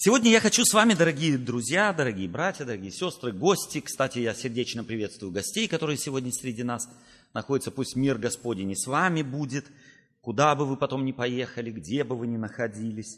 Сегодня я хочу с вами, дорогие друзья, дорогие братья, дорогие сестры, гости. Кстати, я сердечно приветствую гостей, которые сегодня среди нас находятся. Пусть мир Господень и с вами будет, куда бы вы потом ни поехали, где бы вы ни находились.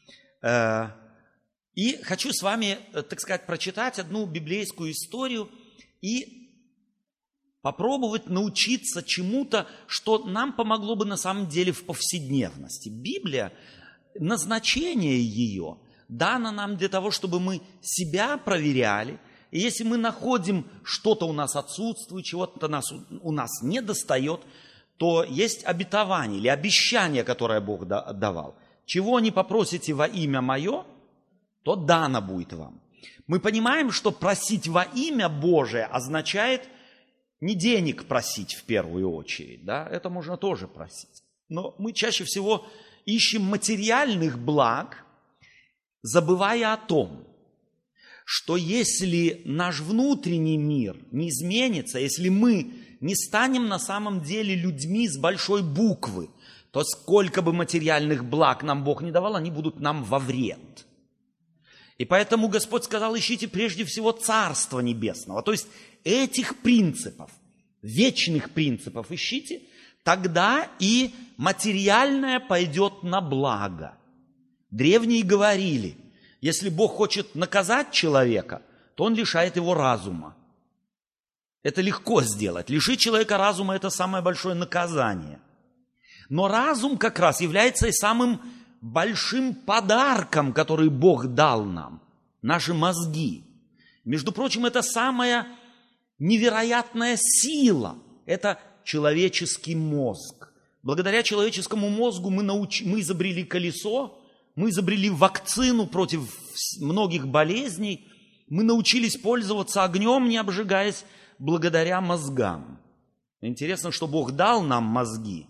И хочу с вами, так сказать, прочитать одну библейскую историю и попробовать научиться чему-то, что нам помогло бы на самом деле в повседневности. Библия, назначение ее дано нам для того, чтобы мы себя проверяли. И если мы находим, что-то у нас отсутствует, чего-то у нас не достает, то есть обетование или обещание, которое Бог давал. Чего не попросите во имя мое, то дано будет вам. Мы понимаем, что просить во имя Божие означает не денег просить в первую очередь, да, это можно тоже просить. Но мы чаще всего ищем материальных благ, забывая о том, что если наш внутренний мир не изменится, если мы не станем на самом деле людьми с большой буквы, то сколько бы материальных благ нам Бог не давал, они будут нам во вред. И поэтому Господь сказал, ищите прежде всего Царство Небесного. То есть этих принципов, вечных принципов ищите, тогда и материальное пойдет на благо. Древние говорили, если Бог хочет наказать человека, то Он лишает его разума. Это легко сделать. Лишить человека разума – это самое большое наказание. Но разум как раз является и самым большим подарком, который Бог дал нам. Наши мозги. Между прочим, это самая невероятная сила. Это человеческий мозг. Благодаря человеческому мозгу мы изобрели колесо, мы изобрели вакцину против многих болезней, мы научились пользоваться огнем, не обжигаясь, благодаря мозгам. Интересно, что Бог дал нам мозги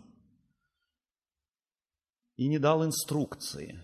и не дал инструкции.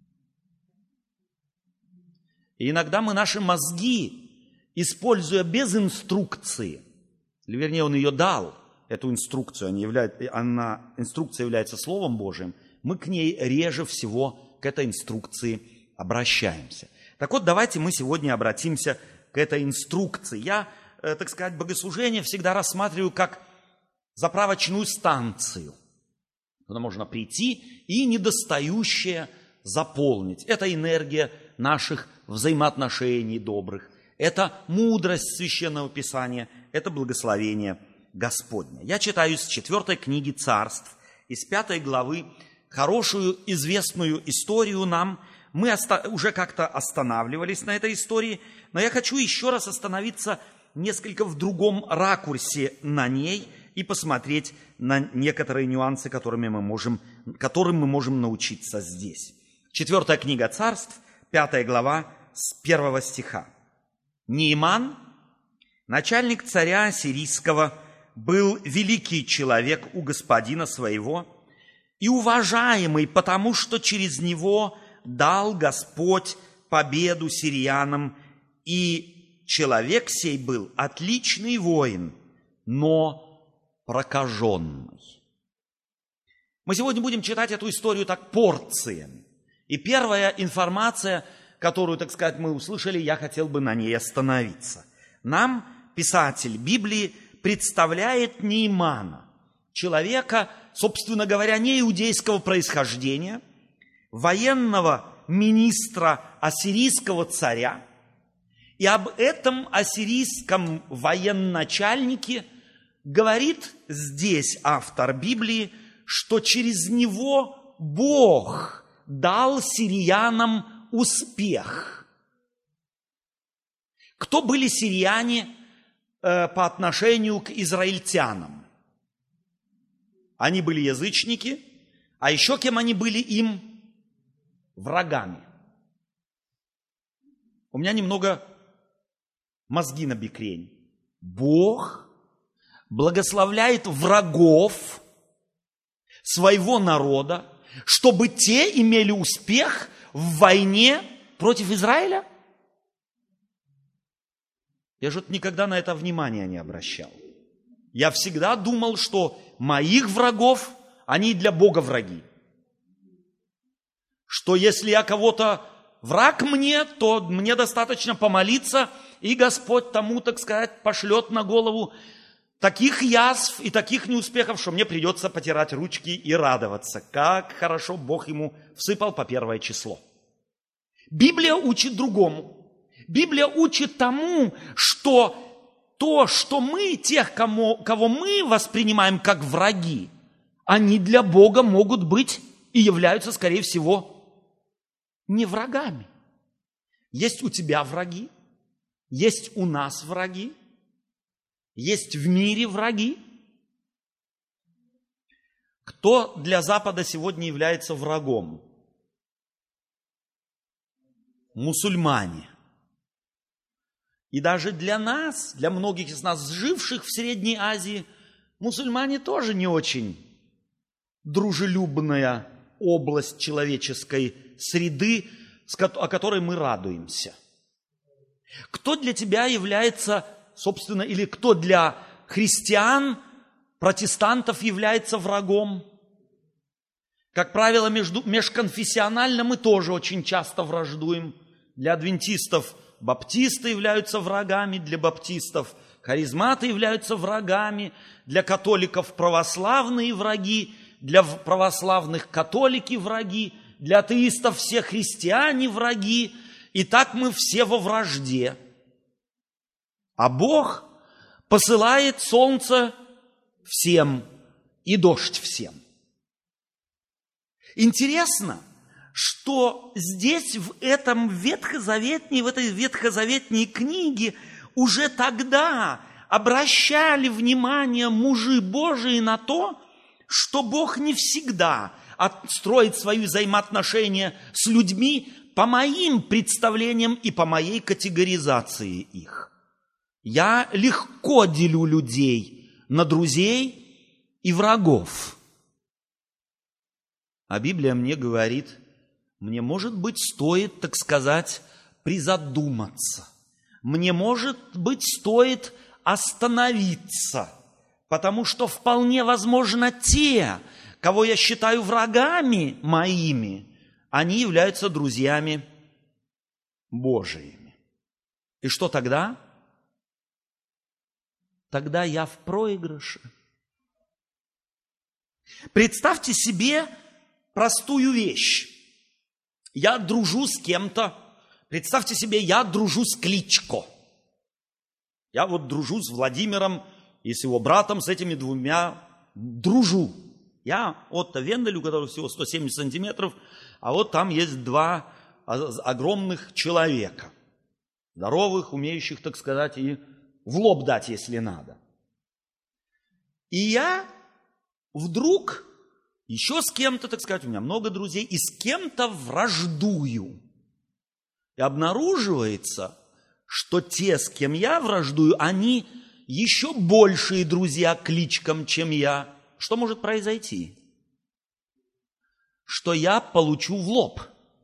И иногда мы наши мозги, используя без инструкции, или вернее, Он ее дал, эту инструкцию, инструкция является Словом Божиим, мы к ней реже всего, к этой инструкции обращаемся. Так вот, давайте мы сегодня обратимся к этой инструкции. Я, так сказать, богослужение всегда рассматриваю как заправочную станцию, куда можно прийти и недостающее заполнить. Это энергия наших взаимоотношений добрых, это мудрость Священного Писания, это благословение Господне. Я читаю из 4 книги Царств, из 5 главы, хорошую, известную историю нам. Мы уже как-то останавливались на этой истории, но я хочу еще раз остановиться несколько в другом ракурсе на ней и посмотреть на некоторые нюансы, которым мы можем научиться здесь. 4 книга Царств, 5 глава, с 1 стиха. Неиман, начальник царя ассирийского, был великий человек у господина своего и уважаемый, потому что через него дал Господь победу сириянам, и человек сей был отличный воин, но прокаженный. Мы сегодня будем читать эту историю так порциями. И первая информация, которую, так сказать, мы услышали, я хотел бы на ней остановиться. Нам писатель Библии представляет Неимана, человека, собственно говоря, не иудейского происхождения, военного министра ассирийского царя. И об этом ассирийском военачальнике говорит здесь автор Библии, что через него Бог дал сириянам успех. Кто были сирияне по отношению к израильтянам? Они были язычники, а еще кем они были им? Врагами. У меня немного мозги на бекрень. Бог благословляет врагов своего народа, чтобы те имели успех в войне против Израиля? Я же никогда на это внимания не обращал. Я всегда думал, что моих врагов, они для Бога враги. Что если я кого-то враг мне, то мне достаточно помолиться, и Господь тому, так сказать, пошлет на голову таких язв и таких неуспехов, что мне придется потирать ручки и радоваться, как хорошо Бог ему всыпал по 1 число. Библия учит другому. Библия учит тому, что то, что мы, тех, кого мы воспринимаем как враги, они для Бога могут быть и являются, скорее всего, не врагами. Есть у тебя враги, есть у нас враги, есть в мире враги. Кто для Запада сегодня является врагом? Мусульмане. И даже для нас, для многих из нас, живших в Средней Азии, мусульмане тоже не очень дружелюбная область человеческой среды, о которой мы радуемся. Кто для тебя является, собственно, или кто для христиан, протестантов является врагом? Как правило, межконфессионально мы тоже очень часто враждуем. Для адвентистов баптисты являются врагами, для баптистов харизматы являются врагами, для католиков православные враги, для православных католики враги, для атеистов все христиане враги. И так мы все во вражде. А Бог посылает солнце всем и дождь всем. Интересно, что здесь, в этой ветхозаветней книге уже тогда обращали внимание мужи Божии на то, что Бог не всегда строит свои взаимоотношения с людьми по моим представлениям и по моей категоризации их. Я легко делю людей на друзей и врагов. А Библия мне говорит, мне, может быть, стоит, так сказать, призадуматься. Мне, может быть, стоит остановиться, потому что вполне возможно те, кого я считаю врагами моими, они являются друзьями Божиими. И что тогда? Тогда я в проигрыше. Представьте себе простую вещь. Я дружу с кем-то. Представьте себе, я дружу с Кличко. Я вот дружу с Владимиром и с его братом, с этими двумя дружу. Я Отто Вендель, у которого всего 170 сантиметров, а вот там есть два огромных человека. Здоровых, умеющих, так сказать, и в лоб дать, если надо. И я вдруг еще с кем-то, так сказать, у меня много друзей, и с кем-то враждую. И обнаруживается, что те, с кем я враждую, они еще большие друзья Кличкам, чем я. Что может произойти? Что я получу в лоб.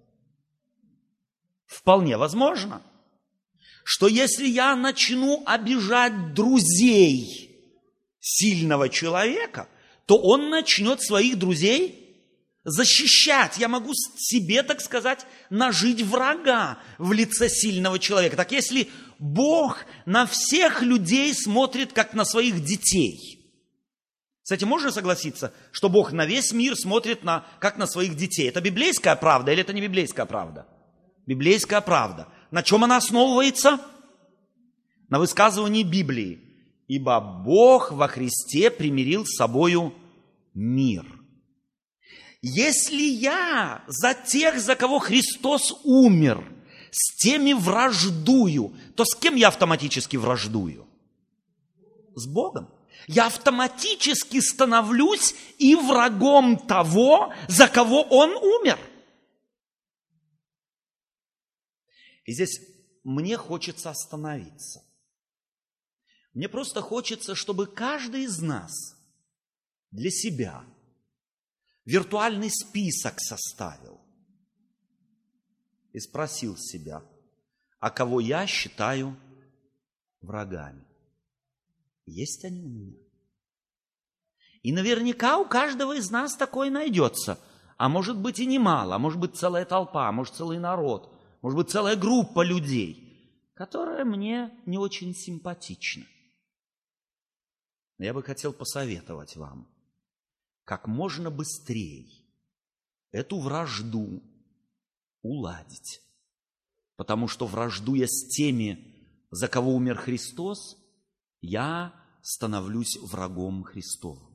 Вполне возможно. Что если я начну обижать друзей сильного человека, то он начнет своих друзей защищать. Я могу себе, так сказать, нажить врага в лице сильного человека. Так если Бог на всех людей смотрит, как на своих детей, с этим можно согласиться, что Бог на весь мир смотрит как на своих детей? Это библейская правда или это не библейская правда? Библейская правда. На чем она основывается? На высказывании Библии. Ибо Бог во Христе примирил с собою мир. Если я за тех, за кого Христос умер, с теми враждую, то с кем я автоматически враждую? С Богом. Я автоматически становлюсь и врагом того, за кого Он умер. И здесь мне хочется остановиться. Мне просто хочется, чтобы каждый из нас для себя виртуальный список составил и спросил себя, а кого я считаю врагами? Есть они у меня? И наверняка у каждого из нас такое найдется. А может быть и немало, а может быть целая толпа, а может целый народ, может быть, целая группа людей, которая мне не очень симпатична. Но я бы хотел посоветовать вам как можно быстрее эту вражду уладить. Потому что, враждуя с теми, за кого умер Христос, я становлюсь врагом Христовым.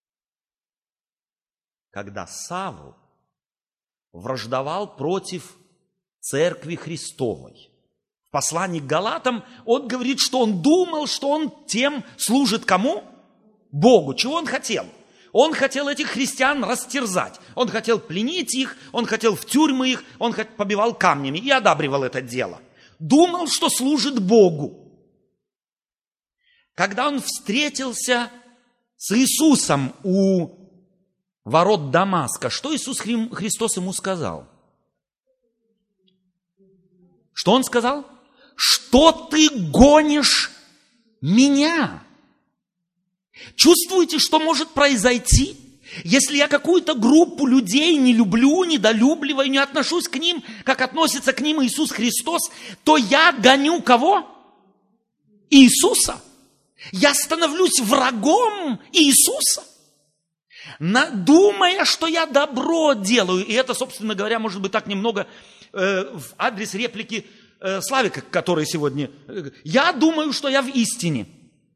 Когда Савл враждовал против Церкви Христовой, в послании к Галатам он говорит, что он думал, что он тем служит кому? Богу. Чего он хотел? Он хотел этих христиан растерзать. Он хотел пленить их, он хотел в тюрьмы их, он побивал камнями и одабривал это дело. Думал, что служит Богу. Когда он встретился с Иисусом у ворот Дамаска, что Иисус Христос ему сказал? Что он сказал? Что ты гонишь меня? Чувствуете, что может произойти, если я какую-то группу людей не люблю, недолюбливаю, не отношусь к ним, как относится к ним Иисус Христос, то я гоню кого? Иисуса. Я становлюсь врагом Иисуса, думая, что я добро делаю. И это, собственно говоря, может быть так немного в адрес реплики Славика, который сегодня... Я думаю, что я в истине.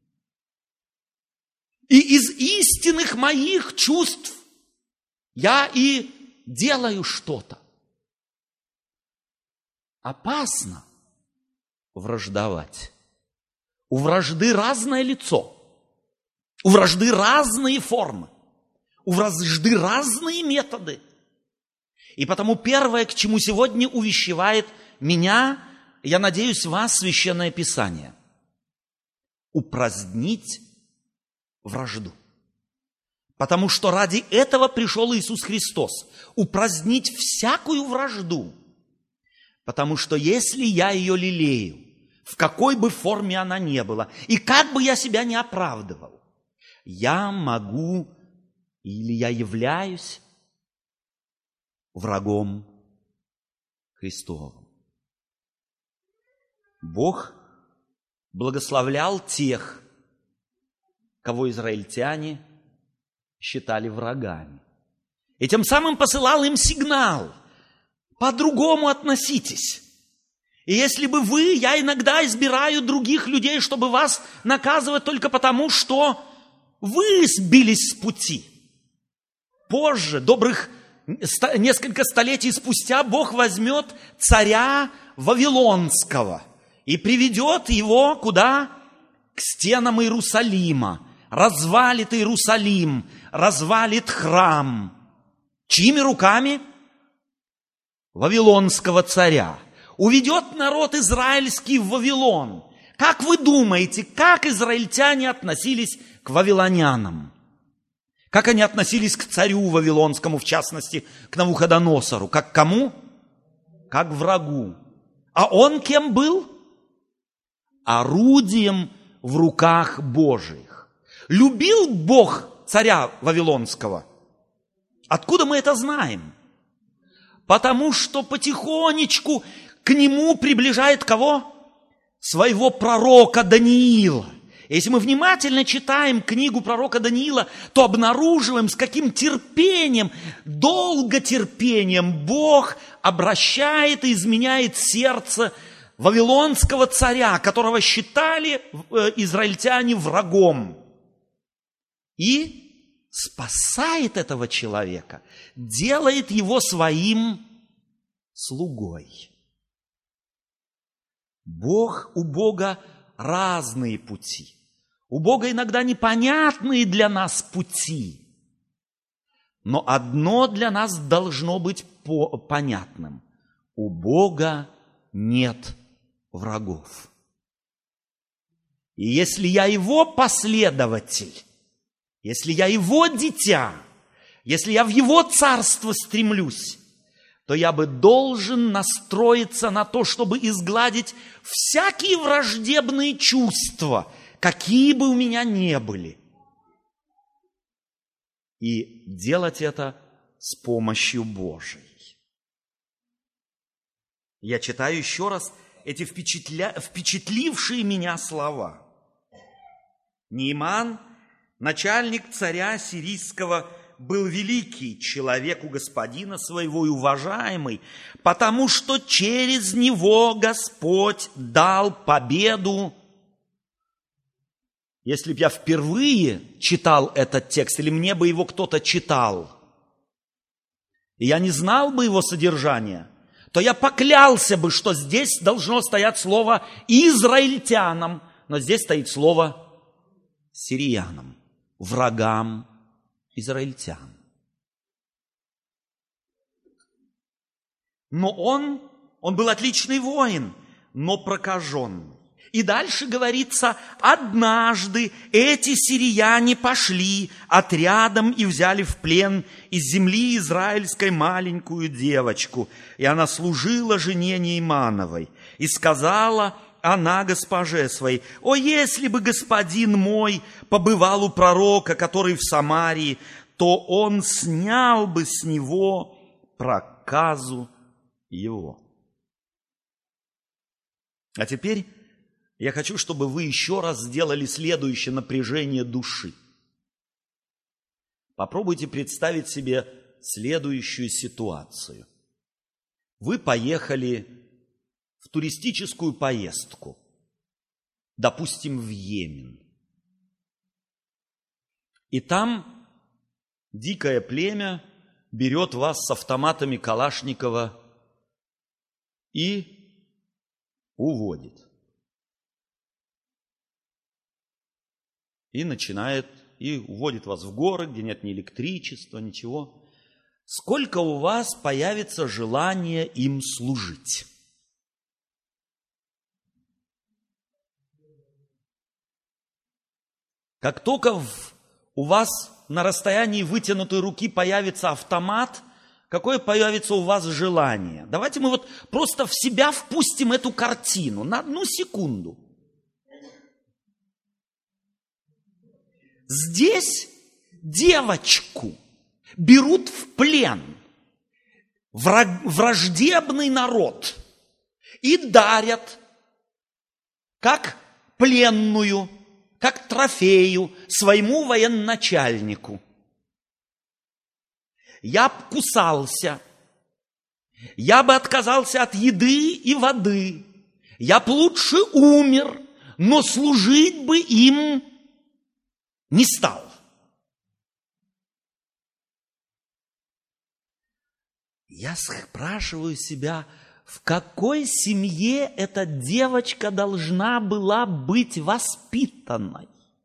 И из истинных моих чувств я и делаю что-то. Опасно враждовать. У вражды разное лицо. У вражды разные формы. У вражды разные методы. И потому первое, к чему сегодня увещевает меня, я надеюсь, вас, Священное Писание, упразднить вражду. Потому что ради этого пришел Иисус Христос. Упразднить всякую вражду. Потому что если я ее лелею, в какой бы форме она ни была, и как бы я себя не оправдывал, я могу или я являюсь врагом Христовым. Бог благословлял тех, кого израильтяне считали врагами. И тем самым посылал им сигнал: по-другому относитесь. И если бы я иногда избираю других людей, чтобы вас наказывать только потому, что вы сбились с пути. Позже, добрых несколько столетий спустя, Бог возьмет царя Вавилонского и приведет его куда? К стенам Иерусалима. Развалит Иерусалим, развалит храм. Чьими руками? Вавилонского царя. Уведет народ израильский в Вавилон. Как вы думаете, как израильтяне относились к вавилонянам? Как они относились к царю вавилонскому, в частности, к Навуходоносору? Как к кому? Как к врагу. А он кем был? Орудием в руках Божиих. Любил Бог царя вавилонского? Откуда мы это знаем? Потому что потихонечку к нему приближает кого? Своего пророка Даниила. Если мы внимательно читаем книгу пророка Даниила, то обнаруживаем, с каким терпением, долготерпением Бог обращает и изменяет сердце вавилонского царя, которого считали израильтяне врагом. И спасает этого человека, делает его своим слугой. У Бога разные пути. У Бога иногда непонятные для нас пути. Но одно для нас должно быть понятным. У Бога нет врагов. И если я Его последователь, если я Его дитя, если я в Его царство стремлюсь, то я бы должен настроиться на то, чтобы изгладить всякие враждебные чувства, какие бы у меня ни были. И делать это с помощью Божией. Я читаю еще раз эти впечатлившие меня слова. Нааман, начальник царя сирийского, был великий человек у господина своего и уважаемый, потому что через него Господь дал победу. Если бы я впервые читал этот текст, или мне бы его кто-то читал, и я не знал бы его содержания, то я поклялся бы, что здесь должно стоять слово «израильтянам», но здесь стоит слово «сириянам», врагам израильтян. Но он был отличный воин, но прокаженный. И дальше говорится, однажды эти сирияне пошли отрядом и взяли в плен из земли израильской маленькую девочку. И она служила жене Наамановой. И сказала она госпоже своей: «О, если бы господин мой побывал у пророка, который в Самарии, то он снял бы с него проказу его». А теперь я хочу, чтобы вы еще раз сделали следующее напряжение души. Попробуйте представить себе следующую ситуацию. Вы поехали в туристическую поездку, допустим, в Йемен. И там дикое племя берет вас с автоматами Калашникова и уводит. И уводит вас в горы, где нет ни электричества, ничего. Сколько у вас появится желания им служить? Как только у вас на расстоянии вытянутой руки появится автомат, какое появится у вас желание? Давайте мы просто в себя впустим эту картину на одну секунду. Здесь девочку берут в плен, враждебный народ, и дарят как пленную, как трофею своему военачальнику. Я б кусался, я бы отказался от еды и воды, я б лучше умер, но служить бы им не стал. Я спрашиваю себя, в какой семье эта девочка должна была быть воспитанной?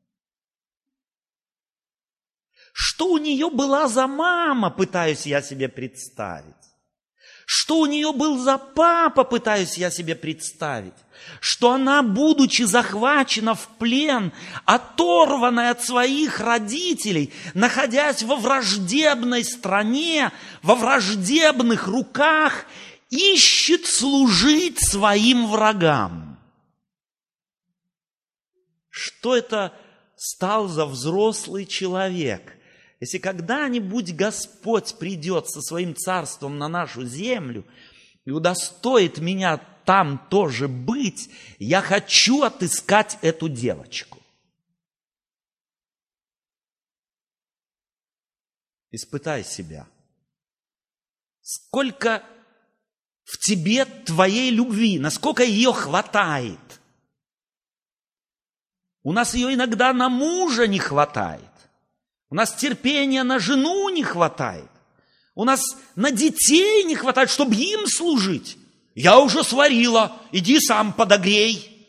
Что у нее была за мама, пытаюсь я себе представить. Что у нее был за папа, пытаюсь я себе представить. Что она, будучи захвачена в плен, оторванная от своих родителей, находясь во враждебной стране, во враждебных руках, ищет служить своим врагам. Что это стал за взрослый человек? Если когда-нибудь Господь придет со своим царством на нашу землю и удостоит меня там тоже быть, я хочу отыскать эту девочку. Испытай себя. Сколько в тебе твоей любви, насколько ее хватает. У нас ее иногда на мужа не хватает. У нас терпения на жену не хватает. У нас на детей не хватает, чтобы им служить. Я уже сварила, иди сам подогрей.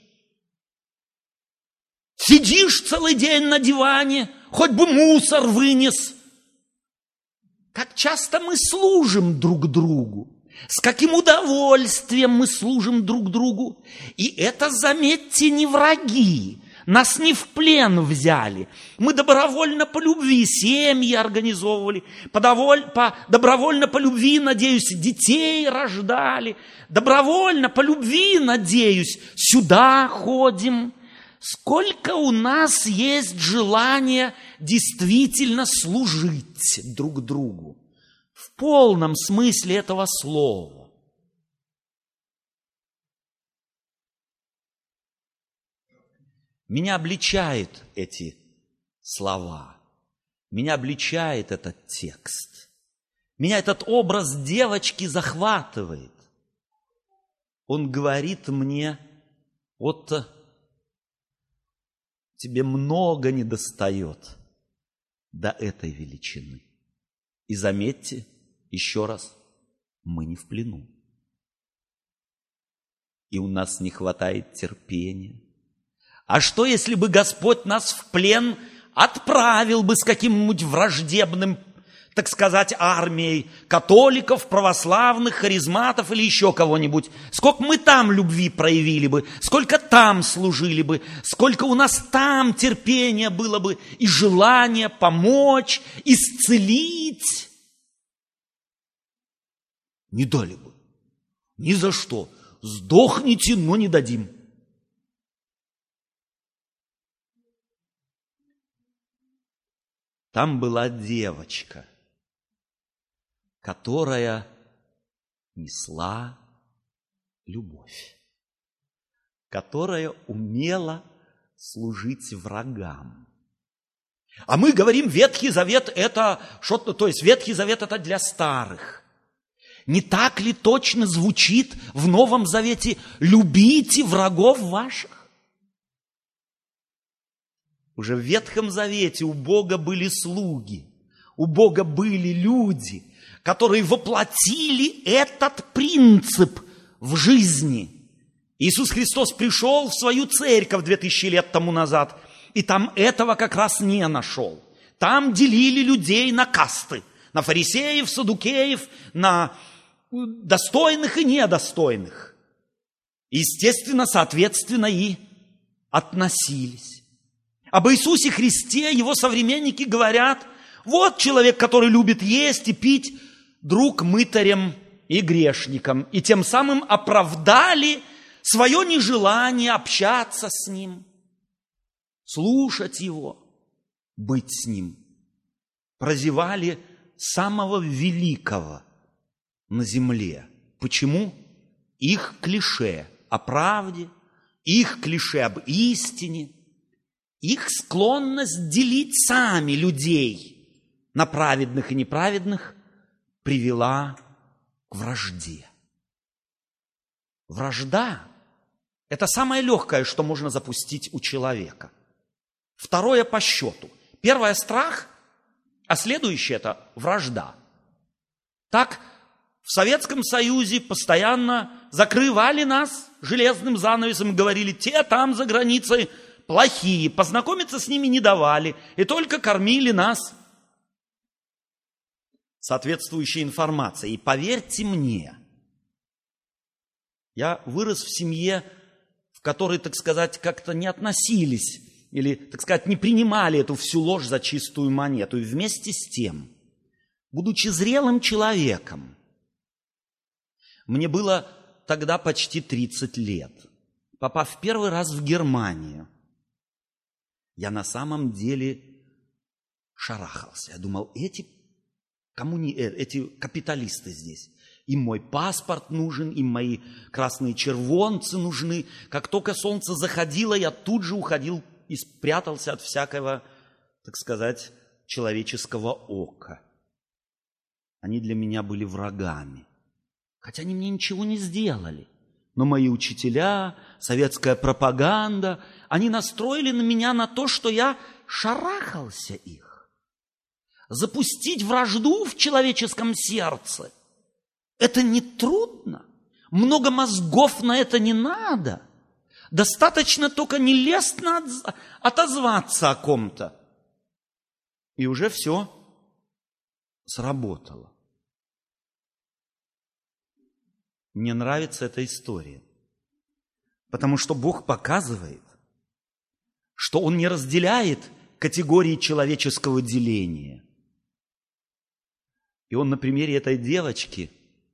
Сидишь целый день на диване, хоть бы мусор вынес. Как часто мы служим друг другу. С каким удовольствием мы служим друг другу. И это, заметьте, не враги. Нас не в плен взяли. Мы добровольно по любви семьи организовывали. Добровольно по любви, надеюсь, детей рождали. Добровольно по любви, надеюсь, сюда ходим. Сколько у нас есть желания действительно служить друг другу. В полном смысле этого слова. Меня обличают эти слова. Меня обличает этот текст. Меня этот образ девочки захватывает. Он говорит мне: вот тебе много недостает до этой величины. И заметьте, еще раз, мы не в плену. И у нас не хватает терпения. А что, если бы Господь нас в плен отправил бы с каким-нибудь враждебным, так сказать, армией католиков, православных, харизматов или еще кого-нибудь? Сколько мы там любви проявили бы, сколько там служили бы, сколько у нас там терпения было бы и желания помочь, исцелить. Не дали бы. Ни за что. Сдохните, но не дадим. Там была девочка, которая несла любовь, которая умела служить врагам. А мы говорим, Ветхий Завет это что-то, то есть Ветхий Завет это для старых. Не так ли точно звучит в Новом Завете: любите врагов ваших? Уже в Ветхом Завете у Бога были слуги, у Бога были люди, которые воплотили этот принцип в жизни. Иисус Христос пришел в свою церковь 2000 лет тому назад, и там этого как раз не нашел. Там делили людей на касты, на фарисеев, саддукеев, на достойных и недостойных. Естественно, соответственно, и относились. Об Иисусе Христе его современники говорят: вот человек, который любит есть и пить, друг мытарям и грешникам. И тем самым оправдали свое нежелание общаться с ним, слушать его, быть с ним. Прозевали самого великого на земле. Почему? Их клише о правде, их клише об истине, их склонность делить сами людей на праведных и неправедных привела к вражде. Вражда – это самое легкое, что можно запустить у человека. Второе по счету. Первое – страх, а следующее – это вражда. Так в Советском Союзе постоянно закрывали нас железным занавесом и говорили: те там за границей плохие, познакомиться с ними не давали, и только кормили нас соответствующей информацией. И поверьте мне, я вырос в семье, в которой, так сказать, как-то не относились или, так сказать, не принимали эту всю ложь за чистую монету. И вместе с тем, будучи зрелым человеком, мне было тогда почти 30 лет, попав в первый раз в Германию, я на самом деле шарахался. Я думал, эти капиталисты здесь. Им мой паспорт нужен, им мои красные червонцы нужны. Как только солнце заходило, я тут же уходил и спрятался от всякого, так сказать, человеческого ока. Они для меня были врагами. Хотя они мне ничего не сделали. Но мои учителя, советская пропаганда, они настроили на меня на то, что я шарахался их. Запустить вражду в человеческом сердце – это не трудно. Много мозгов на это не надо. Достаточно только нелестно отозваться о ком-то. И уже все сработало. Мне нравится эта история, потому что Бог показывает, что Он не разделяет категории человеческого деления. И Он на примере этой девочки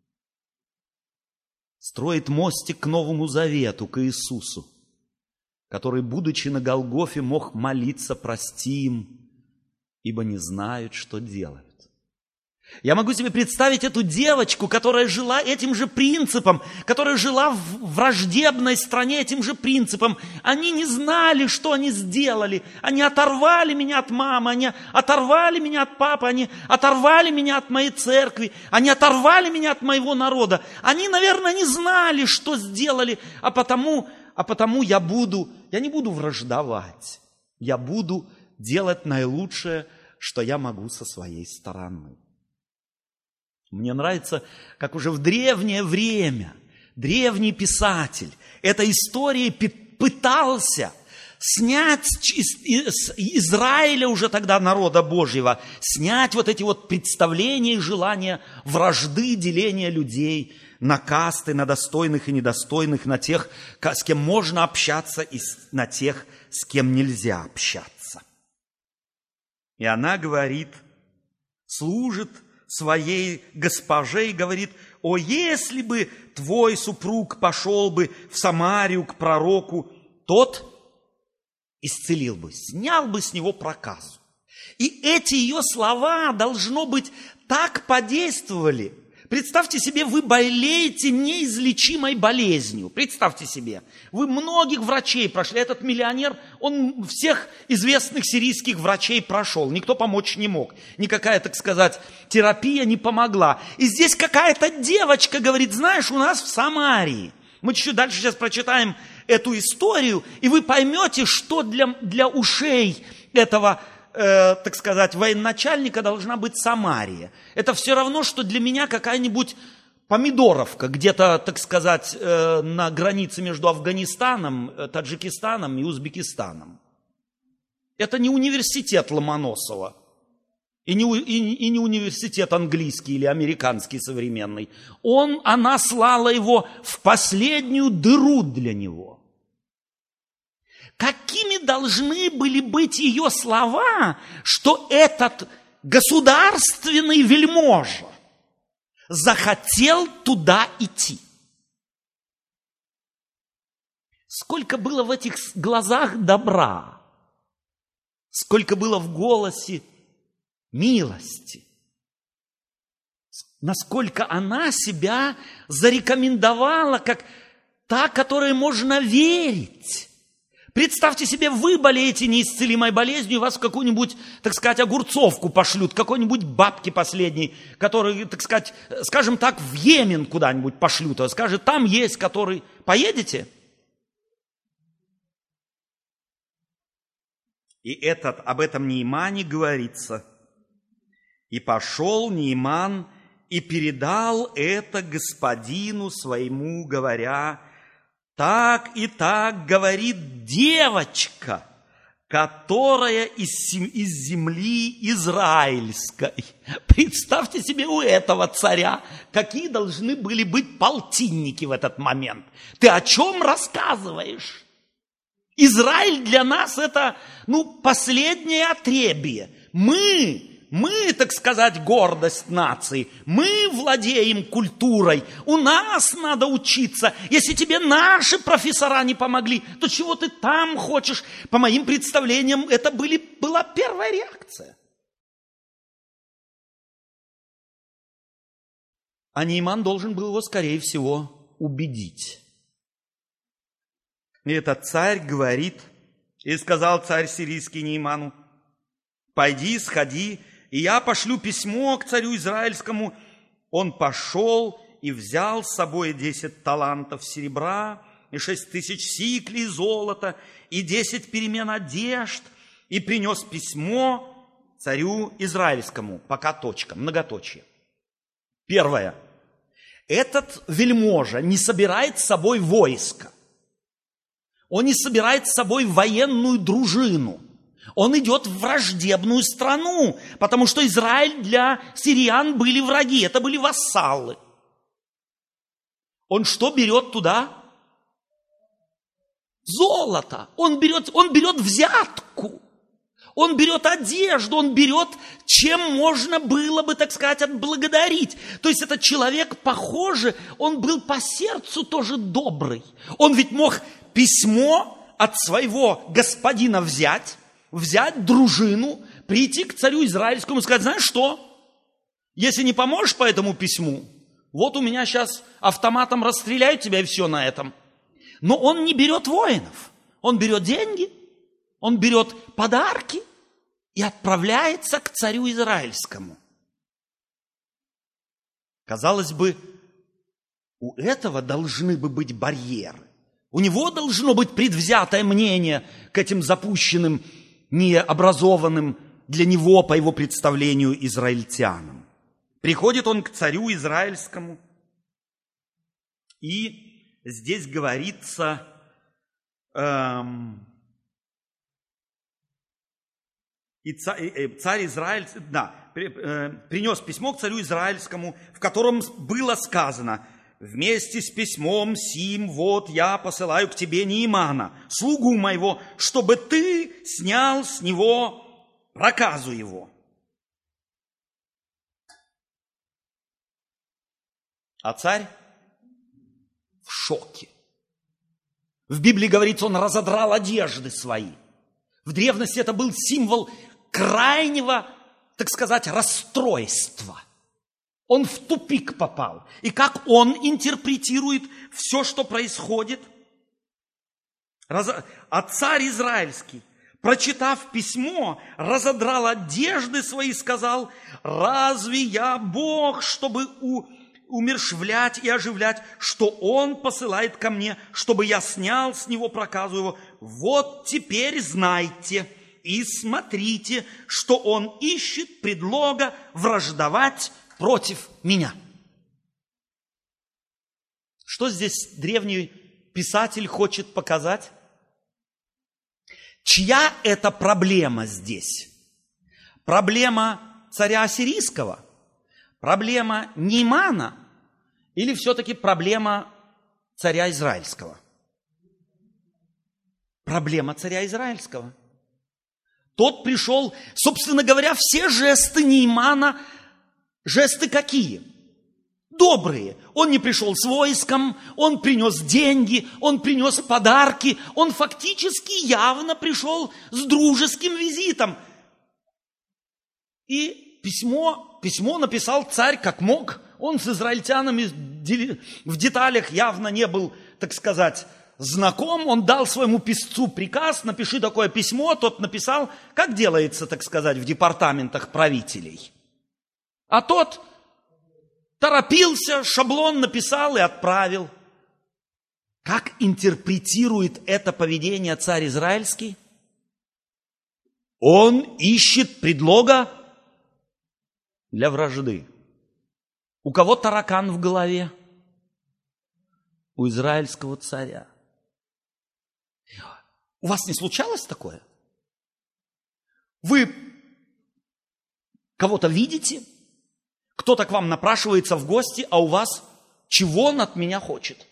строит мостик к Новому Завету, к Иисусу, который, будучи на Голгофе, мог молиться: прости им, ибо не знают, что делают. Я могу себе представить эту девочку, которая жила этим же принципом, которая жила в враждебной стране этим же принципом. Они не знали, что они сделали. Они оторвали меня от мамы, они оторвали меня от папы, они оторвали меня от моей церкви, они оторвали меня от моего народа. Они, наверное, не знали, что сделали, а потому я не буду враждовать. Я буду делать наилучшее, что я могу со своей стороны. Мне нравится, как уже в древнее время древний писатель этой историей пытался снять из Израиля, уже тогда народа Божьего, снять вот эти вот представления и желания вражды, деления людей на касты, на достойных и недостойных, на тех, с кем можно общаться, и на тех, с кем нельзя общаться. И она говорит, служит своей госпоже и говорит: «О, если бы твой супруг пошел бы в Самарию к пророку, тот исцелил бы, снял бы с него проказу». И эти ее слова, должно быть, так подействовали. Представьте себе, вы болеете неизлечимой болезнью. Представьте себе, вы многих врачей прошли. Этот миллионер, он всех известных сирийских врачей прошел. Никто помочь не мог. Никакая, так сказать, терапия не помогла. И здесь какая-то девочка говорит: знаешь, у нас в Самарии. Мы чуть-чуть дальше сейчас прочитаем эту историю, и вы поймете, что для ушей этого, так сказать, военачальника должна быть Самария. Это все равно, что для меня какая-нибудь Помидоровка, где-то, так сказать, на границе между Афганистаном, Таджикистаном и Узбекистаном. Это не университет Ломоносова, и не университет английский или американский современный. Она слала его в последнюю дыру для него. Какими должны были быть ее слова, что этот государственный вельможа захотел туда идти? Сколько было в этих глазах добра, сколько было в голосе милости, насколько она себя зарекомендовала как та, которой можно верить. Представьте себе, вы болеете неисцелимой болезнью, и вас в какую-нибудь, так сказать, огурцовку пошлют, какой-нибудь бабки последней, который, так сказать, скажем так, в Йемен куда-нибудь пошлют, а скажет, там есть, который... Поедете? И об этом Неимане говорится. И пошел Неиман и передал это господину своему, говоря: так и так говорит девочка, которая из земли израильской. Представьте себе, у этого царя какие должны были быть полтинники в этот момент. Ты о чем рассказываешь? Израиль для нас это, последнее отребье. Мы, так сказать, гордость нации. Мы владеем культурой. У нас надо учиться. Если тебе наши профессора не помогли, то чего ты там хочешь? По моим представлениям, это была первая реакция. А Неиман должен был его, скорее всего, убедить. И этот царь говорит, и сказал царь сирийский Неиману: пойди, сходи, и я пошлю письмо к царю израильскому. Он пошел и взял с собой 10 талантов серебра, и 6000 сиклей золота, и 10 перемен одежд, и принес письмо царю израильскому. Пока точка, многоточие. Первое. Этот вельможа не собирает с собой войско. Он не собирает с собой военную дружину. Он идет в враждебную страну, потому что Израиль для сириян были враги, это были вассалы. Он что берет туда? Золото. Он берет взятку. Он берет одежду, он берет, чем можно было бы, так сказать, отблагодарить. То есть этот человек, похоже, он был по сердцу тоже добрый. Он ведь мог письмо от своего господина взять дружину, прийти к царю израильскому и сказать: знаешь что? Если не поможешь по этому письму, вот у меня сейчас автоматом расстреляют тебя и все на этом. Но он не берет воинов, он берет деньги, он берет подарки и отправляется к царю израильскому. Казалось бы, у этого должны бы быть барьеры. У него должно быть предвзятое мнение к этим запущенным, необразованным для него, по его представлению, израильтянам. Приходит он к царю израильскому, и здесь говорится, и царь Израиль, принес письмо к царю израильскому, в котором было сказано: «Вместе с письмом сим вот я посылаю к тебе Неимана, слугу моего, чтобы ты снял с него проказу его». А царь в шоке. В Библии говорится, он разодрал одежды свои. В древности это был символ крайнего, так сказать, расстройства. Он в тупик попал. И как он интерпретирует все, что происходит? А царь израильский, прочитав письмо, разодрал одежды свои и сказал: «Разве я Бог, чтобы умерщвлять и оживлять, что Он посылает ко мне, чтобы я снял с него проказу его? Вот теперь знайте и смотрите, что он ищет предлога враждовать против меня». Что здесь древний писатель хочет показать? Чья это проблема здесь? Проблема царя ассирийского? Проблема Неимана? Или все-таки проблема царя израильского? Проблема царя израильского. Тот пришел, собственно говоря, все жесты Неимана, жесты какие? Добрые. Он не пришел с войском, он принес деньги, он принес подарки, он фактически явно пришел с дружеским визитом. И письмо написал царь как мог. Он с израильтянами в деталях явно не был, так сказать, знаком. Он дал своему писцу приказ: напиши такое письмо. Тот написал, как делается, так сказать, в департаментах правителей. А тот торопился, шаблон написал и отправил. Как интерпретирует это поведение царь израильский? Он ищет предлога для вражды. У кого таракан в голове? У израильского царя. У вас не случалось такое? Вы кого-то видите? Кто-то к вам напрашивается в гости, а у вас: чего он от меня хочет?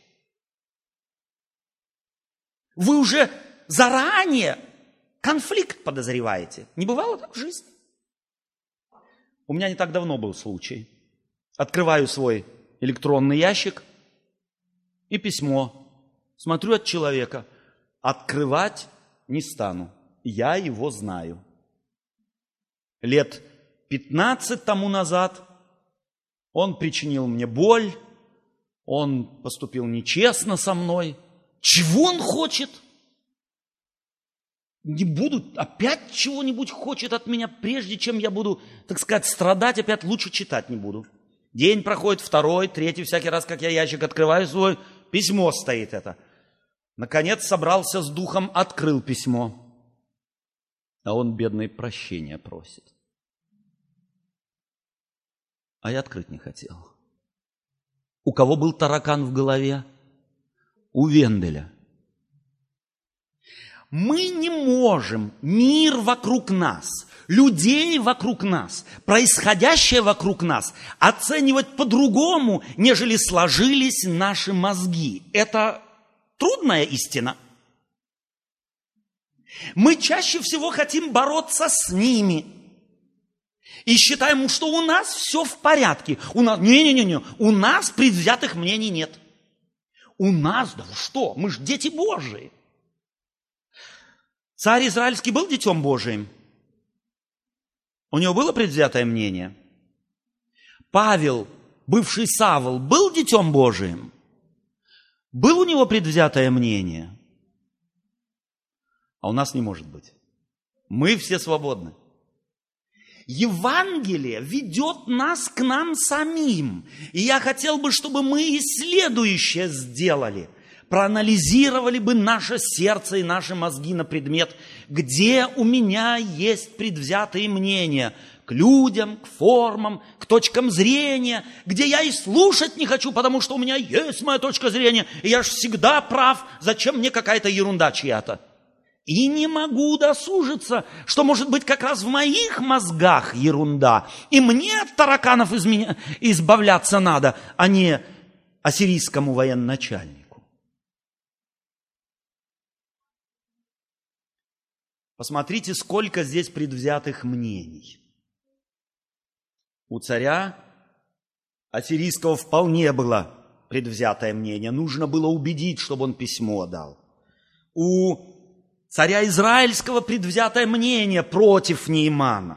Вы уже заранее конфликт подозреваете. Не бывало так в жизни? У меня не так давно был случай. Открываю свой электронный ящик и письмо. Смотрю от человека. Открывать не стану. Я его знаю. Лет 15 тому назад он причинил мне боль. Он поступил нечестно со мной. Чего он хочет? Не буду, опять чего-нибудь хочет от меня, прежде чем я буду, так сказать, страдать, опять лучше читать не буду. День проходит, второй, третий, всякий раз, как я ящик открываю свой, письмо стоит это. Наконец собрался с духом, открыл письмо. А он, бедный, прощения просит. А я открыть не хотел. У кого был таракан в голове? У Венделя. Мы не можем мир вокруг нас, людей вокруг нас, происходящее вокруг нас оценивать по-другому, нежели сложились наши мозги. Это трудная истина. Мы чаще всего хотим бороться с ними и считаем, что у нас все в порядке. У нас предвзятых мнений нет. У нас, да вы что, мы же дети Божии. Царь израильский был детем Божиим? У него было предвзятое мнение? Павел, бывший Савл, был детем Божиим? Был у него предвзятое мнение? А у нас не может быть. Мы все свободны. Евангелие ведет нас к нам самим. И я хотел бы, чтобы мы и следующее сделали. Проанализировали бы наше сердце и наши мозги на предмет, где у меня есть предвзятые мнения к людям, к формам, к точкам зрения, где я и слушать не хочу, потому что у меня есть моя точка зрения, и я же всегда прав, зачем мне какая-то ерунда чья-то? И не могу удосужиться, что, может быть, как раз в моих мозгах ерунда, и мне от тараканов избавляться надо, а не ассирийскому военачальнику. Посмотрите, сколько здесь предвзятых мнений. У царя ассирийского вполне было предвзятое мнение. Нужно было убедить, чтобы он письмо дал. У царя израильского предвзятое мнение против Неймана.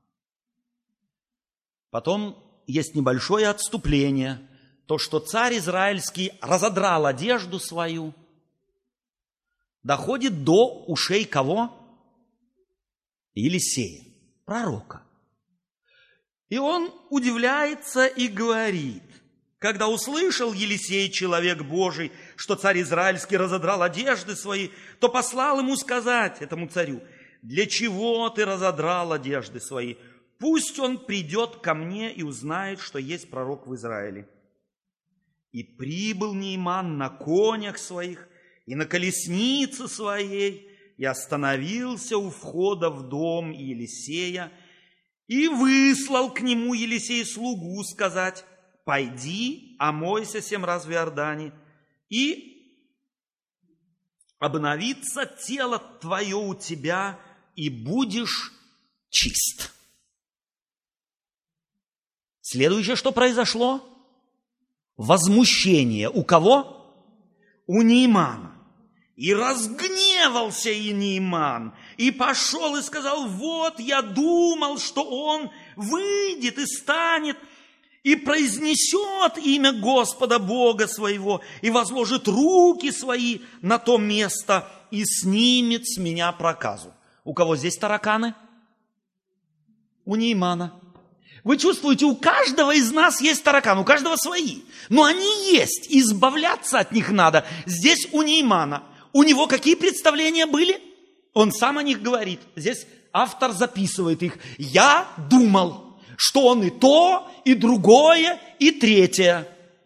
Потом есть небольшое отступление. То, что царь израильский разодрал одежду свою, доходит до ушей кого? Елисея, пророка. И он удивляется и говорит, когда услышал Елисей, человек Божий, что царь израильский разодрал одежды свои, то послал ему сказать, этому царю: для чего ты разодрал одежды свои? Пусть он придет ко мне и узнает, что есть пророк в Израиле. И прибыл Нейман на конях своих и на колеснице своей, и остановился у входа в дом Елисея, и выслал к нему Елисей слугу сказать: пойди, омойся 7 раз в Иордане, и обновится тело твое у тебя, и будешь чист. Следующее, что произошло? Возмущение. У кого? У Неймана. И разгневался и Нейман, и пошел и сказал: вот я думал, что он выйдет и станет, и произнесет имя Господа Бога своего, и возложит руки свои на то место, и снимет с меня проказу. У кого здесь тараканы? У Неймана. Вы чувствуете, у каждого из нас есть тараканы, у каждого свои. Но они есть, избавляться от них надо. Здесь у Неймана. У него какие представления были? Он сам о них говорит. Здесь автор записывает их. Я думал, что он и то, и другое, и третье.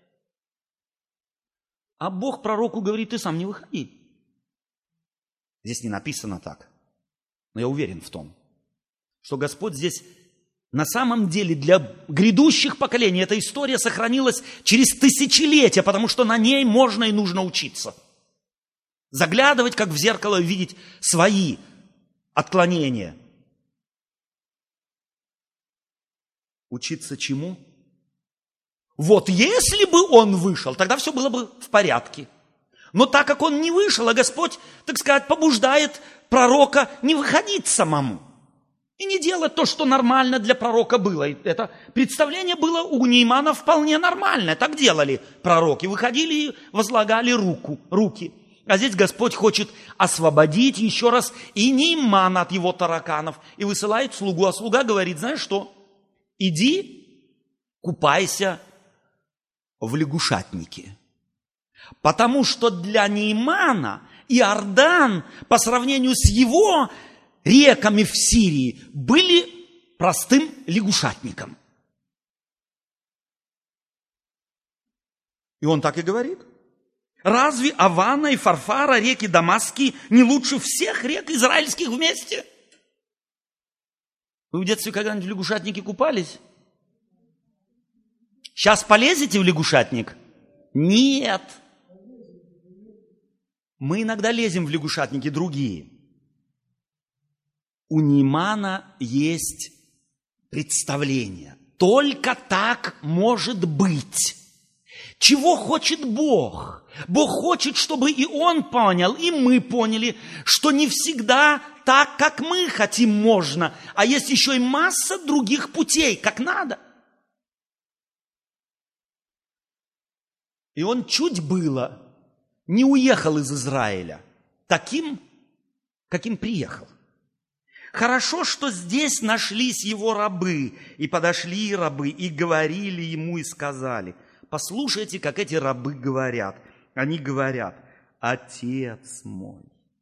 А Бог пророку говорит: ты сам не выходи. Здесь не написано так. Но я уверен в том, что Господь здесь на самом деле для грядущих поколений эта история сохранилась через тысячелетия, потому что на ней можно и нужно учиться. Заглядывать, как в зеркало, и видеть свои отклонения. Учиться чему? Вот если бы он вышел, тогда все было бы в порядке. Но так как он не вышел, а Господь, так сказать, побуждает пророка не выходить самому. И не делать то, что нормально для пророка было. Это представление было у Неймана вполне нормальное. Так делали пророки. Выходили и возлагали руки. А здесь Господь хочет освободить еще раз и Неймана от его тараканов. И высылает слугу. А слуга говорит: знаешь что? Иди, купайся в лягушатнике. Потому что для Неймана Иордан по сравнению с его реками в Сирии были простым лягушатником. И он так и говорит. Разве Авана и Фарфара, реки Дамасские, не лучше всех рек израильских вместе? Вы в детстве когда-нибудь в лягушатнике купались? Сейчас полезете в лягушатник? Нет. Мы иногда лезем в лягушатники другие. У Неймана есть представление. Только так может быть. Чего хочет Бог? Бог хочет, чтобы и он понял, и мы поняли, что не всегда так, как мы хотим, можно, а есть еще и масса других путей, как надо. И он чуть было не уехал из Израиля таким, каким приехал. Хорошо, что здесь нашлись его рабы, и подошли рабы, и говорили ему, и сказали. Послушайте, как эти рабы говорят. Они говорят: «Отец мой,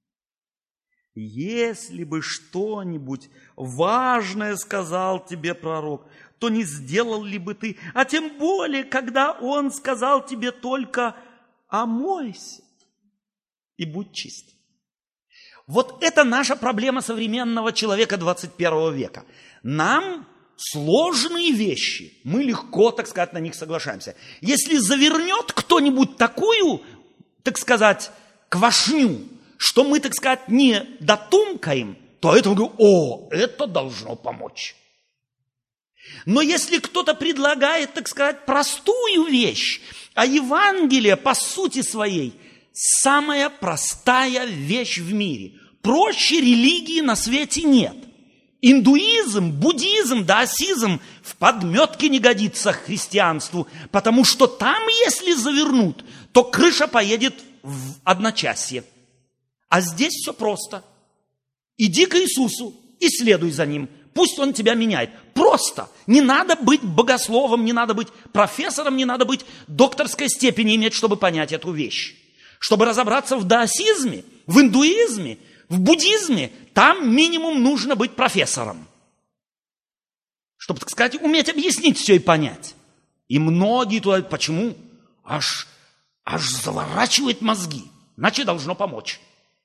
если бы что-нибудь важное сказал тебе пророк, то не сделал ли бы ты? А тем более, когда он сказал тебе только: омойся и будь чист». Вот это наша проблема современного человека 21 века. Нам сложные вещи, мы легко, так сказать, на них соглашаемся. Если завернет кто-нибудь такую, так сказать, квашню, что мы, так сказать, не дотумкаем, то это, говорю, это должно помочь. Но если кто-то предлагает, так сказать, простую вещь, а Евангелие по сути своей самая простая вещь в мире. Проще религии на свете нет. Индуизм, буддизм, даосизм в подметке не годится христианству, потому что там, если завернут, то крыша поедет в одночасье. А здесь все просто. Иди к Иисусу и следуй за Ним. Пусть Он тебя меняет. Просто. Не надо быть богословом, не надо быть профессором, не надо быть докторской степени иметь, чтобы понять эту вещь. Чтобы разобраться в даосизме, в индуизме, в буддизме, там минимум нужно быть профессором. Чтобы, так сказать, уметь объяснить все и понять. И многие туда, почему? Аж заворачивает мозги. Иначе должно помочь.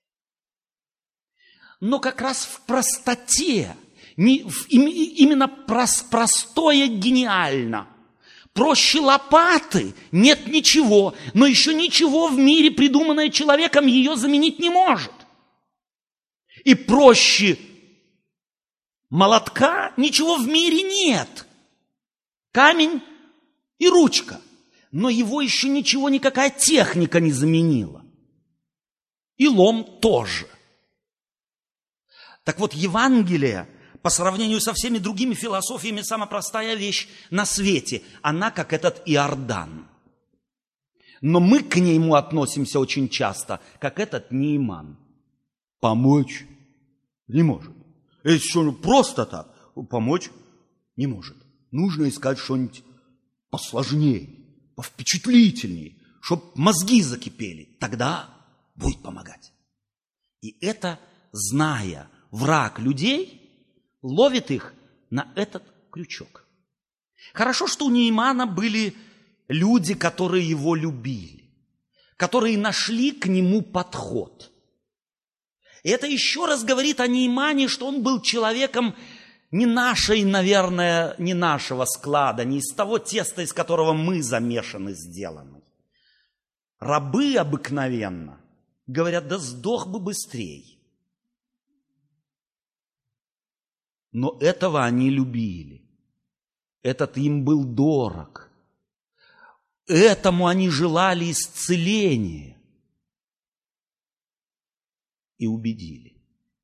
Но как раз в простоте, именно простое гениально. Проще лопаты нет ничего, но еще ничего в мире, придуманное человеком, ее заменить не может. И проще молотка ничего в мире нет. Камень и ручка. Но его еще ничего, никакая техника не заменила. И лом тоже. Так вот, Евангелие, по сравнению со всеми другими философиями, самая простая вещь на свете. Она как этот Иордан. Но мы к нему относимся очень часто, как этот Нейман. Помочь не может. Если что, просто так, помочь не может. Нужно искать что-нибудь посложнее, повпечатлительнее, чтобы мозги закипели. Тогда будет помогать. И это, зная враг людей, ловит их на этот крючок. Хорошо, что у Неймана были люди, которые его любили, которые нашли к нему подход. И это еще раз говорит о Неймане, что он был человеком не нашей, наверное, не нашего склада, не из того теста, из которого мы замешаны, сделаны. Рабы обыкновенно говорят: да сдох бы быстрей. Но этого они любили. Этот им был дорог. Этому они желали исцеления. И убедили.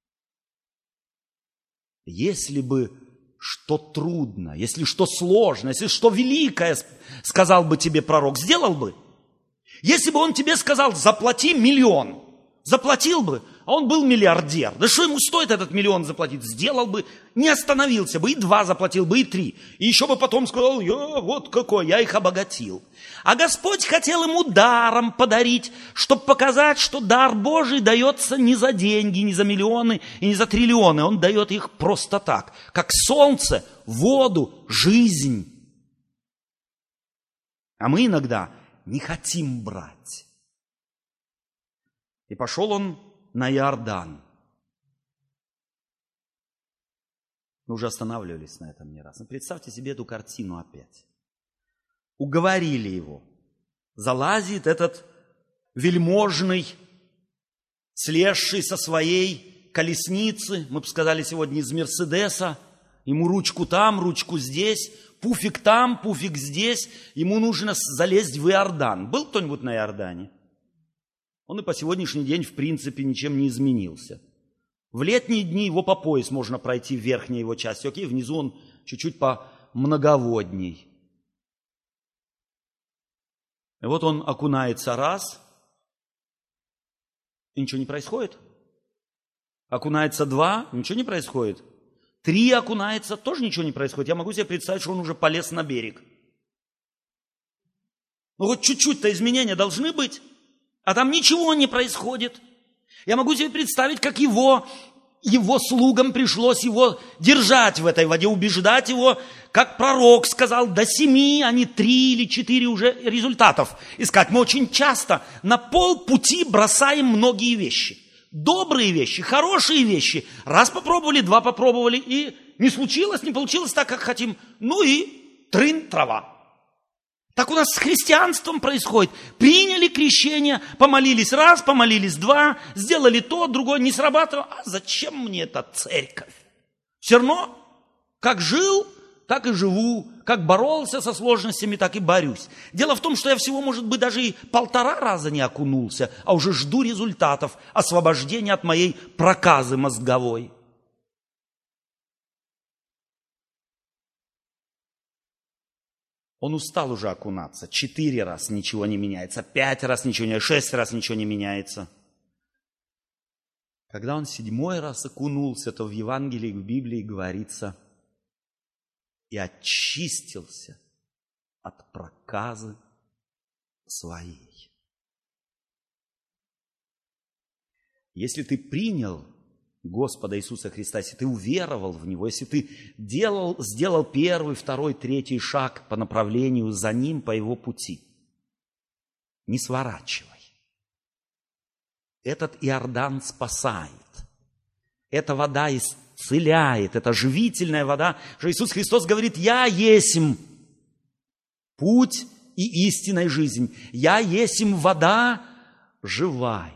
Если бы что трудно, если что сложно, если что великое, сказал бы тебе пророк, сделал бы. Если бы он тебе сказал: заплати 1 миллион, заплатил бы, а он был миллиардер. Да что ему стоит этот 1 миллион заплатить? Сделал бы, не остановился бы, и 2 заплатил бы, и 3. И еще бы потом сказал: вот какой, я их обогатил. А Господь хотел ему даром подарить, чтобы показать, что дар Божий дается не за деньги, не за миллионы и не за триллионы. Он дает их просто так, как солнце, воду, жизнь. А мы иногда не хотим брать. И пошел он на Иордан. Мы уже останавливались на этом не раз. Но представьте себе эту картину опять. Уговорили его. Залазит этот вельможный, слезший со своей колесницы, мы бы сказали сегодня из Мерседеса, ему ручку там, ручку здесь, пуфик там, пуфик здесь, ему нужно залезть в Иордан. Был кто-нибудь на Иордане? Он и по сегодняшний день, в принципе, ничем не изменился. В летние дни его по пояс можно пройти в верхней его части. Окей, внизу он чуть-чуть помноговодней. И вот он окунается раз, и ничего не происходит. Окунается два, ничего не происходит. 3 окунается, тоже ничего не происходит. Я могу себе представить, что он уже полез на берег. Ну, хоть чуть-чуть-то изменения должны быть, а там ничего не происходит. Я могу себе представить, как его слугам пришлось его держать в этой воде, убеждать его, как пророк сказал, до 7, а не 3 или 4 уже результатов искать. Мы очень часто на полпути бросаем многие вещи. Добрые вещи, хорошие вещи. Раз попробовали, 2 попробовали, и не случилось, не получилось так, как хотим. Ну и трын, трава. Так у нас с христианством происходит. Приняли крещение, помолились раз, помолились 2, сделали то, другое, не срабатывало. А зачем мне эта церковь? Все равно, как жил, так и живу. Как боролся со сложностями, так и борюсь. Дело в том, что я всего, может быть, даже и 1,5 раза не окунулся, а уже жду результатов освобождения от моей проказы мозговой. Он устал уже окунаться. 4 раз ничего не меняется, 5 раз ничего не меняется, 6 раз ничего не меняется. Когда он 7 раз окунулся, то в Евангелии, в Библии говорится: и очистился от проказы своей. Если ты принял Господа Иисуса Христа, если ты уверовал в Него, если ты сделал 1, 2, 3 шаг по направлению за Ним, по Его пути, не сворачивай. Этот Иордан спасает. Эта вода исцеляет, это живительная вода, что Иисус Христос говорит: «Я есмь путь и истинная жизнь, я есмь вода живая».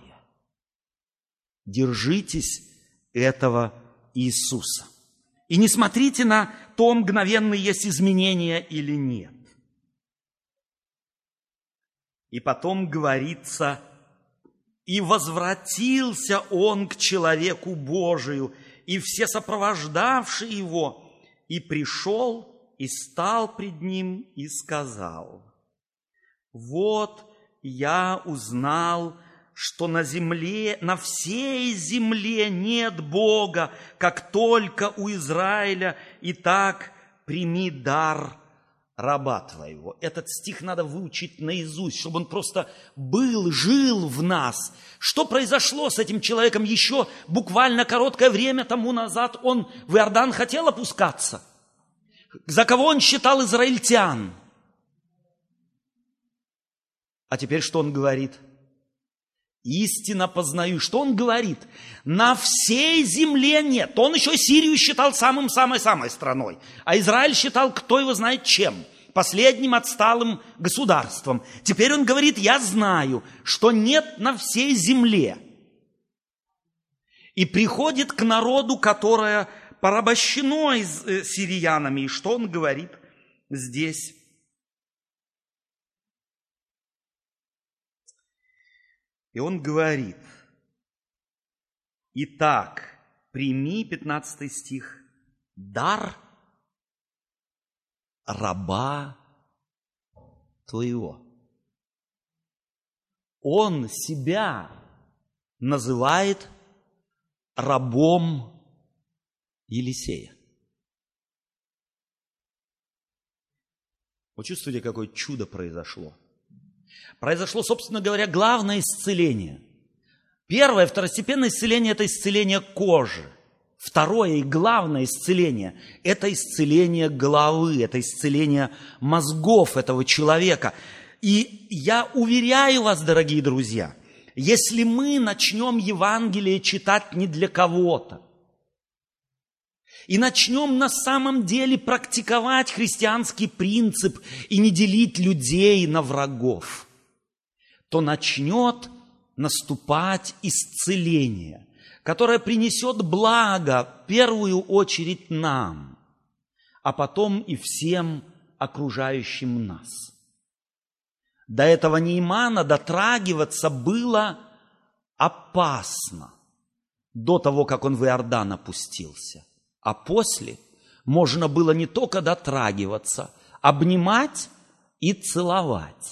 Держитесь этого Иисуса. И не смотрите на то, мгновенные есть изменения или нет. И потом говорится: «И возвратился он к человеку Божию, и все сопровождавшие его, и пришел, и стал пред ним, и сказал: вот я узнал, что на земле, на всей земле нет Бога, как только у Израиля, и так прими дар раба твоего». Этот стих надо выучить наизусть, чтобы он просто был, жил в нас. Что произошло с этим человеком еще буквально короткое время тому назад? Он в Иордан хотел опускаться. За кого он считал израильтян? А теперь что он говорит? Истинно познаю. Что он говорит? На всей земле нет. Он еще Сирию считал самой-самой страной. А Израиль считал, кто его знает чем. Последним отсталым государством. Теперь он говорит: я знаю, что нет на всей земле. И приходит к народу, которое порабощено сириянами. И что он говорит здесь? И он говорит: «Итак, прими», 15 стих, «дар раба твоего». Он себя называет рабом Елисея. Вы чувствуете, какое чудо произошло? Произошло, собственно говоря, главное исцеление. Первое, второстепенное исцеление – это исцеление кожи. Второе и главное исцеление – это исцеление головы, это исцеление мозгов этого человека. И я уверяю вас, дорогие друзья, если мы начнем Евангелие читать не для кого-то, и начнем на самом деле практиковать христианский принцип и не делить людей на врагов, то начнет наступать исцеление, которое принесет благо в первую очередь нам, а потом и всем окружающим нас. До этого Неймана дотрагиваться было опасно, до того, как он в Иордан опустился. А после можно было не только дотрагиваться, обнимать и целовать.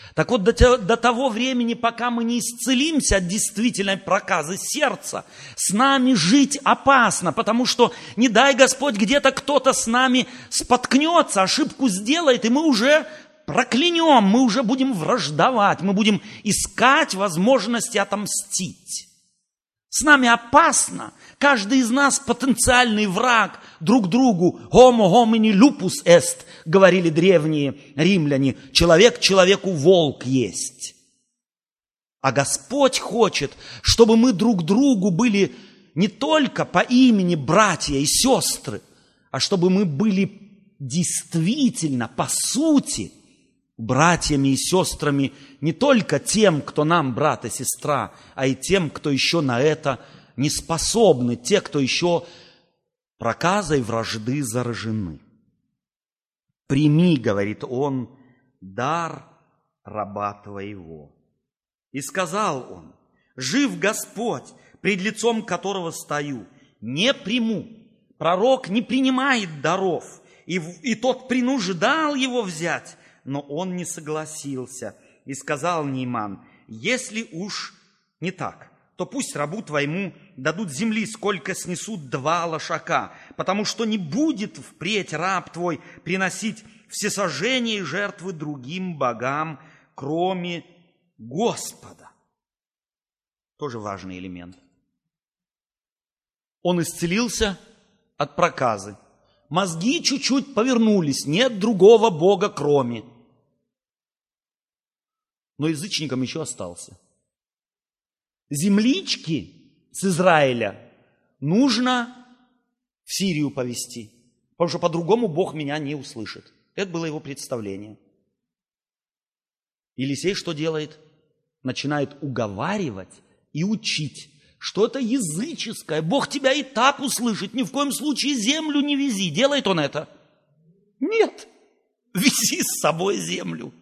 Так вот, до того времени, пока мы не исцелимся от действительной проказы сердца, с нами жить опасно, потому что, не дай Господь, где-то кто-то с нами споткнется, ошибку сделает, и мы уже проклянем, мы уже будем враждовать, мы будем искать возможности отомстить. С нами опасно. Каждый из нас потенциальный враг друг другу. Homo homini lupus est, говорили древние римляне. Человек человеку волк есть. А Господь хочет, чтобы мы друг другу были не только по имени братья и сестры, а чтобы мы были действительно, по сути, братьями и сестрами не только тем, кто нам брат и сестра, а и тем, кто еще на это не способны, те, кто еще проказой вражды заражены. «Прими, — говорит он, — дар раба твоего». И сказал он: «Жив Господь, пред лицом которого стою, не приму». Пророк не принимает даров, и тот принуждал его взять, но он не согласился. И сказал Нейман: «Если уж не так, то пусть рабу твоему дадут земли, сколько снесут 2 лошака, потому что не будет впредь раб твой приносить всесожжения и жертвы другим богам, кроме Господа». Тоже важный элемент. Он исцелился от проказы. Мозги чуть-чуть повернулись, нет другого бога, кроме. Но язычником еще остался. Землички с Израиля нужно в Сирию повезти, потому что по-другому Бог меня не услышит. Это было его представление. Елисей что делает? Начинает уговаривать и учить, что это языческое. Бог тебя и так услышит. Ни в коем случае землю не вези. Делает он это? Нет. Вези с собой землю.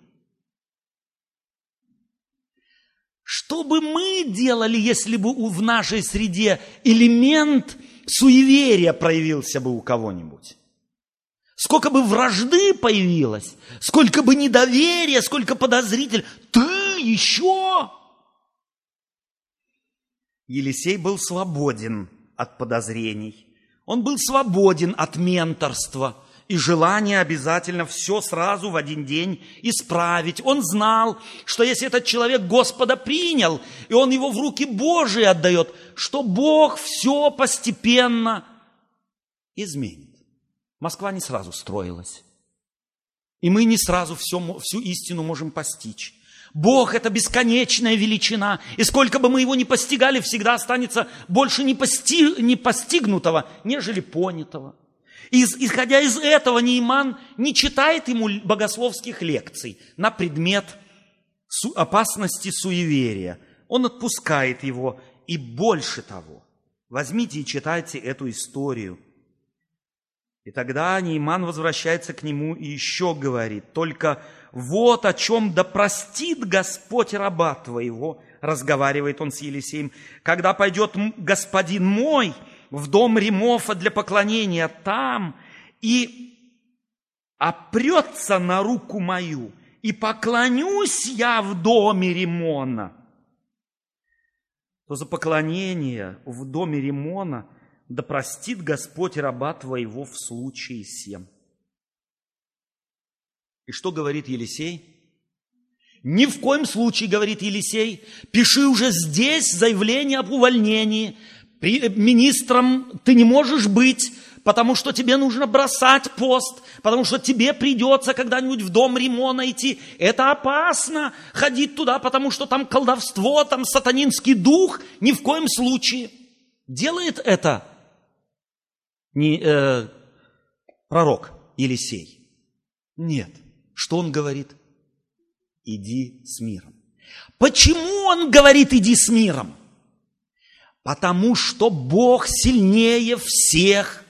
Что бы мы делали, если бы в нашей среде элемент суеверия проявился бы у кого-нибудь? Сколько бы вражды появилось, сколько бы недоверия, сколько подозрителей. Ты еще? Елисей был свободен от подозрений. Он был свободен от менторства и желания обязательно все сразу в один день исправить. Он знал, что если этот человек Господа принял, и он его в руки Божии отдает, что Бог все постепенно изменит. Москва не сразу строилась. И мы не сразу всю истину можем постичь. Бог – это бесконечная величина. И сколько бы мы его ни постигали, всегда останется больше непостигнутого, нежели понятого. И, исходя из этого, Нейман не читает ему богословских лекций на предмет опасности суеверия. Он отпускает его. И больше того, возьмите и читайте эту историю. И тогда Нейман возвращается к нему и еще говорит: «Только вот о чем да простит Господь раба твоего», разговаривает он с Елисеем, «когда пойдет господин мой в дом Римофа для поклонения там и опрется на руку мою, и поклонюсь я в доме Римона, то за поклонение в доме Римона да простит Господь раба твоего в случае сем». И что говорит Елисей? Ни в коем случае, говорит Елисей, пиши уже здесь заявление об увольнении. Министром ты не можешь быть, потому что тебе нужно бросать пост, потому что тебе придется когда-нибудь в дом Римона идти. Это опасно ходить туда, потому что там колдовство, там сатанинский дух. Ни в коем случае. Делает это пророк Елисей? Нет. Что он говорит? Иди с миром. Почему он говорит иди с миром? Потому что Бог сильнее всех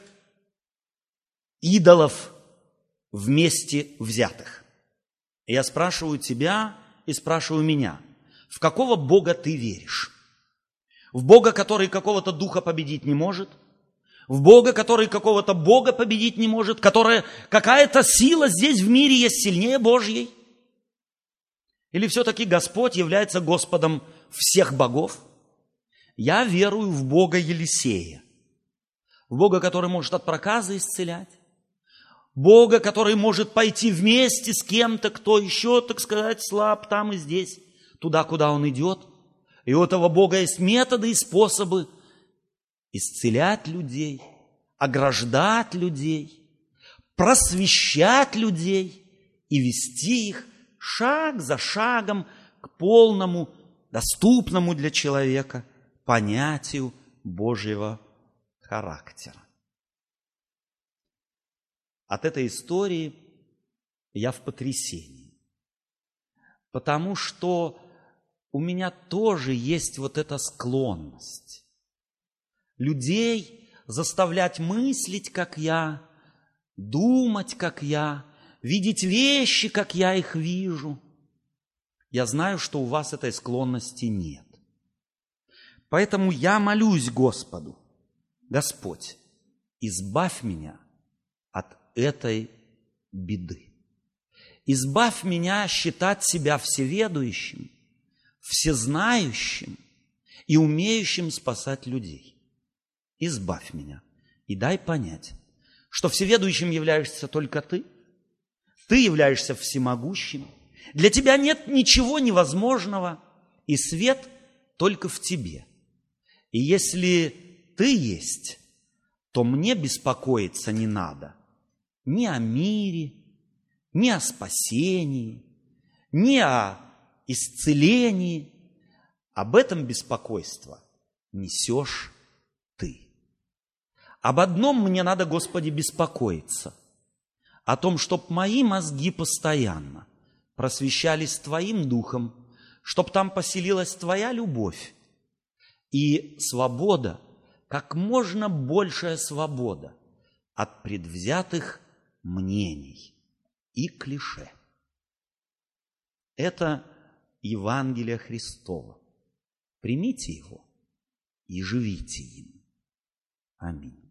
идолов вместе взятых. И я спрашиваю тебя и спрашиваю меня, в какого Бога ты веришь? В Бога, который какого-то духа победить не может? В Бога, который какого-то Бога победить не может? Какая-то сила здесь в мире есть сильнее Божьей? Или все-таки Господь является Господом всех богов? Я верую в Бога Елисея, в Бога, который может от проказа исцелять, Бога, который может пойти вместе с кем-то, кто еще, так сказать, слаб там и здесь, туда, куда он идет. И у этого Бога есть методы и способы исцелять людей, ограждать людей, просвещать людей и вести их шаг за шагом к полному, доступному для человека понятию Божьего характера. От этой истории я в потрясении, потому что у меня тоже есть вот эта склонность людей заставлять мыслить, как я, думать, как я, видеть вещи, как я их вижу. Я знаю, что у вас этой склонности нет. Поэтому я молюсь Господу: Господь, избавь меня от этой беды. Избавь меня считать себя всеведущим, всезнающим и умеющим спасать людей. Избавь меня и дай понять, что всеведущим являешься только Ты. Ты являешься всемогущим. Для Тебя нет ничего невозможного, и свет только в Тебе. И если Ты есть, то мне беспокоиться не надо ни о мире, ни о спасении, ни о исцелении. Об этом беспокойство несешь Ты. Об одном мне надо, Господи, беспокоиться: о том, чтоб мои мозги постоянно просвещались Твоим Духом, чтоб там поселилась Твоя любовь и свобода, как можно большая свобода от предвзятых мнений и клише. Это Евангелие Христово. Примите его и живите им. Аминь.